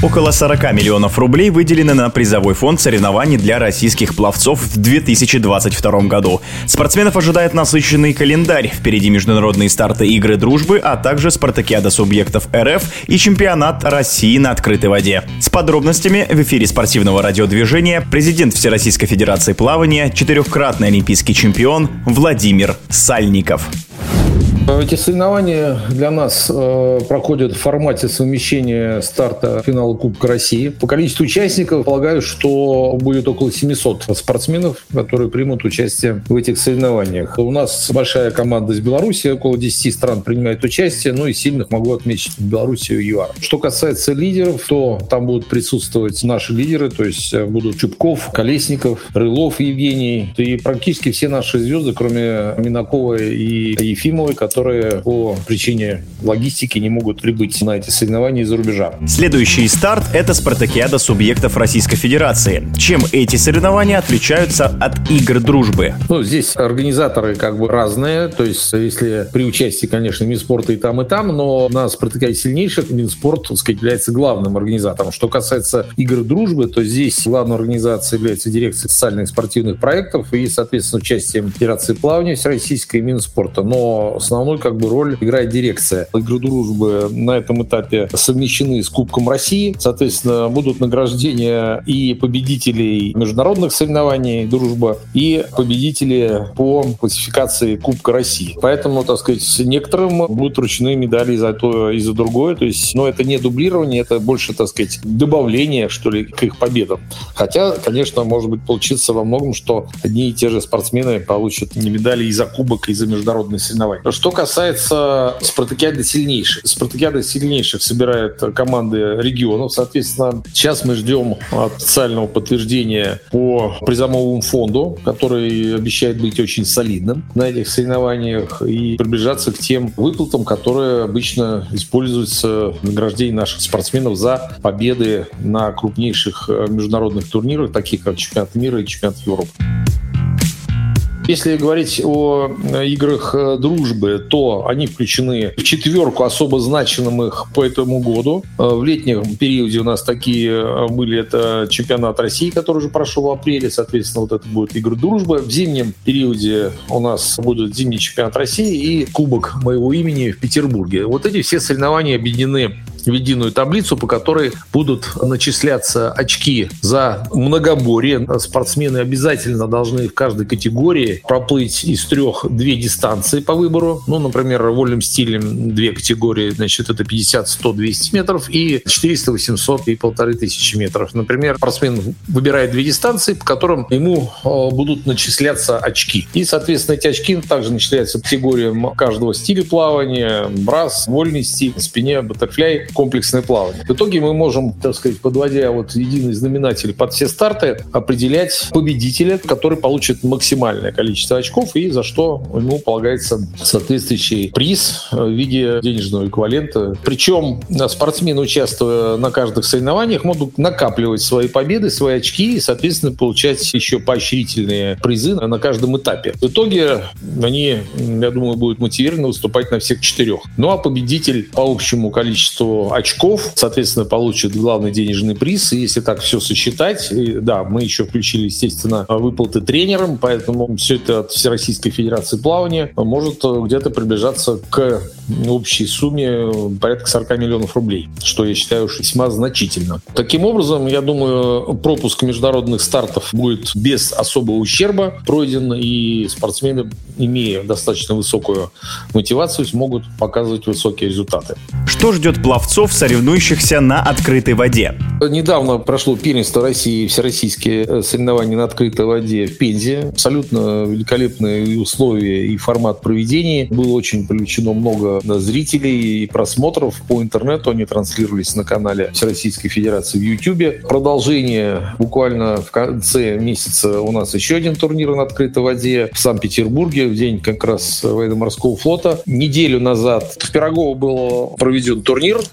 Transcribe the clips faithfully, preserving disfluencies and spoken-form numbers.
Около сорок миллионов рублей выделены на призовой фонд соревнований для российских пловцов в две тысячи двадцать втором году. Спортсменов ожидает насыщенный календарь. Впереди международные старты Игры дружбы, а также спартакиада субъектов РФ и чемпионат России на открытой воде. С подробностями в эфире спортивного радиодвижения президент Всероссийской Федерации плавания, четырехкратный олимпийский чемпион Владимир Сальников. Эти соревнования для нас э, проходят в формате совмещения старта финала Кубка России. По количеству участников, полагаю, что будет около семисот спортсменов, которые примут участие в этих соревнованиях. У нас большая команда из Беларуси, около десяти стран принимает участие, ну и сильных могу отметить Белоруссию и ЮАР. Что касается лидеров, то там будут присутствовать наши лидеры, то есть будут Чубков, Колесников, Рылов Евгений, и практически все наши звезды, кроме Минакова и Ефимовой, которые которые по причине логистики не могут прибыть на эти соревнования из-за рубежа. Следующий старт – это спартакиада субъектов Российской Федерации. Чем эти соревнования отличаются от Игр дружбы? Ну, здесь организаторы как бы разные, то есть если при участии, конечно, Минспорта и там, и там, но на спартакиаде сильнейших Минспорт, так сказать, является главным организатором. Что касается Игр дружбы, то здесь главной организацией является дирекция социальных и спортивных проектов и, соответственно, участием Федерации плавания Всероссийской и Минспорта. Но основной как бы роль играет дирекция. Игры дружбы на этом этапе совмещены с Кубком России. Соответственно, будут награждения и победителей международных соревнований «Дружба», и победители по классификации Кубка России. Поэтому, так сказать, некоторым будут вручены медали и за то, и за другое. То есть, но это не дублирование, это больше, так сказать, добавление, что ли, к их победам. Хотя, конечно, может быть получиться во многом, что одни и те же спортсмены получат не медали и за кубок, и за международные соревнования. Что касается спартакиады сильнейших. Спартакиады сильнейших собирают команды регионов. Соответственно, сейчас мы ждем официального подтверждения по призовому фонду, который обещает быть очень солидным на этих соревнованиях и приближаться к тем выплатам, которые обычно используются в награждении наших спортсменов за победы на крупнейших международных турнирах, таких как чемпионат мира и чемпионат Европы. Если говорить о играх дружбы, то они включены в четверку особо значимых по этому году. В летнем периоде у нас такие были, это чемпионат России, который уже прошел в апреле, соответственно, вот это будет игры дружбы. В зимнем периоде у нас будет зимний чемпионат России и Кубок моего имени в Петербурге. Вот эти все соревнования объединены в единую таблицу, по которой будут начисляться очки за многоборье. Спортсмены обязательно должны в каждой категории проплыть из трех две дистанции по выбору. Ну, например, вольным стилем две категории, значит, это пятьдесят, сто, двести метров и четыреста, восемьсот и полторы тысячи метров. Например, спортсмен выбирает две дистанции, по которым ему будут начисляться очки. И, соответственно, эти очки также начисляются по категориям каждого стиля плавания: брас, вольный стиль, на спине, баттерфляй, комплексное плавание. В итоге мы можем, так сказать, подводя вот единый знаменатель под все старты, определять победителя, который получит максимальное количество очков и за что ему полагается соответствующий приз в виде денежного эквивалента. Причем спортсмены, участвуя на каждых соревнованиях, могут накапливать свои победы, свои очки и, соответственно, получать еще поощрительные призы на каждом этапе. В итоге они, я думаю, будут мотивированы выступать на всех четырех. Ну а победитель по общему количеству очков, соответственно, получит главный денежный приз. И если так все сосчитать, и, да, мы еще включили, естественно, выплаты тренерам, поэтому все это от Всероссийской Федерации плавания может где-то приближаться к общей сумме порядка сорок миллионов рублей, что я считаю уж весьма значительно. Таким образом, я думаю, пропуск международных стартов будет без особого ущерба пройден, и спортсмены, имея достаточно высокую мотивацию, смогут показывать высокие результаты. Что ждет пловцов, соревнующихся на открытой воде? Недавно прошло первенство России, всероссийские соревнования на открытой воде в Пензе. Абсолютно великолепные условия и формат проведения. Было очень привлечено много зрителей и просмотров по интернету. Они транслировались на канале Всероссийской Федерации в Ютубе. Продолжение буквально в конце месяца у нас еще один турнир на открытой воде в Санкт-Петербурге в день как раз военно-морского флота. Неделю назад в Пирогово был проведен турнир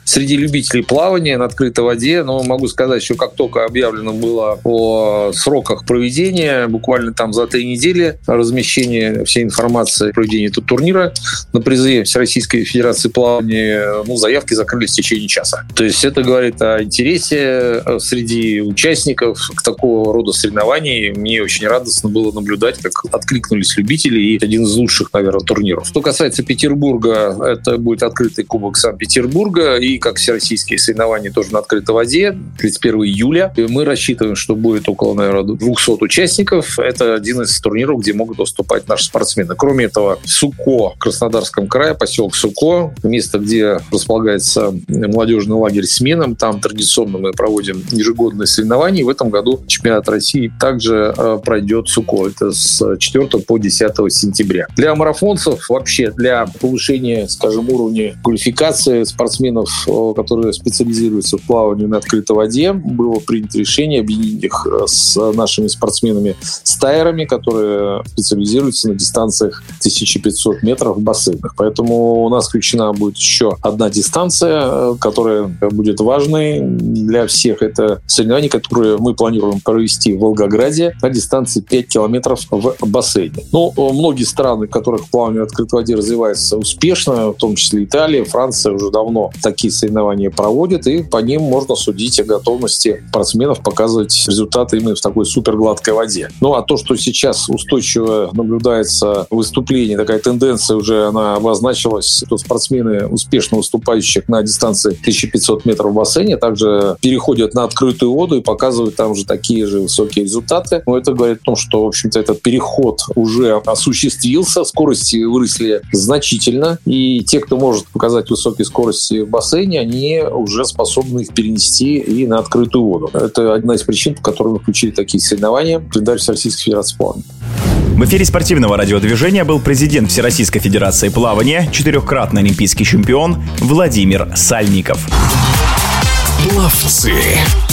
среди любителей плавания на открытой воде. Но могу сказать, что как только объявлено было о сроках проведения, буквально там за три недели размещение всей информации о проведении этого турнира на призы Всероссийской Федерации плавания, ну, заявки закрылись в течение часа. То есть это говорит о интересе среди участников к такого рода соревнований. Мне очень радостно было наблюдать, как откликнулись любители, и один из лучших, наверное, турниров. Что касается Петербурга, это будет открытый кубок Санкт-Петербурга, и как всероссийские соревнования тоже на открытой воде, тридцать первого июля. И мы рассчитываем, что будет около, наверное, двухсот участников. Это один из турниров, где могут выступать наши спортсмены. Кроме этого, Суко, в Краснодарском крае, поселок Суко, место, где располагается молодежный лагерь «Смена». Там традиционно мы проводим ежегодные соревнования. И в этом году чемпионат России также пройдет в Суко. Это с четвёртого по десятое сентября. Для марафонцев, вообще для повышения, скажем, уровня квалификации спортсменов, которые специализируются в плавании на открытой воде, было принято решение объединить их с нашими спортсменами стайерами, которые специализируются на дистанциях тысяча пятьсот метров в бассейнах. Поэтому у нас включена будет еще одна дистанция, которая будет важной для всех. Это соревнования, которые мы планируем провести в Волгограде на дистанции пять километров в бассейне. Ну, многие страны, в которых плавание в открытой воде развивается успешно, в том числе Италия, Франция уже давно такие соревнования проводят, и по ним можно судить о готовности спортсменов показывать результаты именно в такой супергладкой воде. Ну, а то, что сейчас устойчиво наблюдается выступление, такая тенденция уже она обозначилась, что спортсмены, успешно выступающих на дистанции тысяча пятьсот метров в бассейне, также переходят на открытую воду и показывают там же такие же высокие результаты. Но это говорит о том, что, в общем-то, этот переход уже осуществился, скорости выросли значительно, и те, кто может показать высокие скорости в бассейне, они уже способны их перенести и на открытую воду. Это одна из причин, по которой мы включили такие соревнования в календарь Всероссийской Федерации плавания. В эфире спортивного радиодвижения был президент Всероссийской Федерации плавания, четырехкратный олимпийский чемпион Владимир Сальников. Пловцы.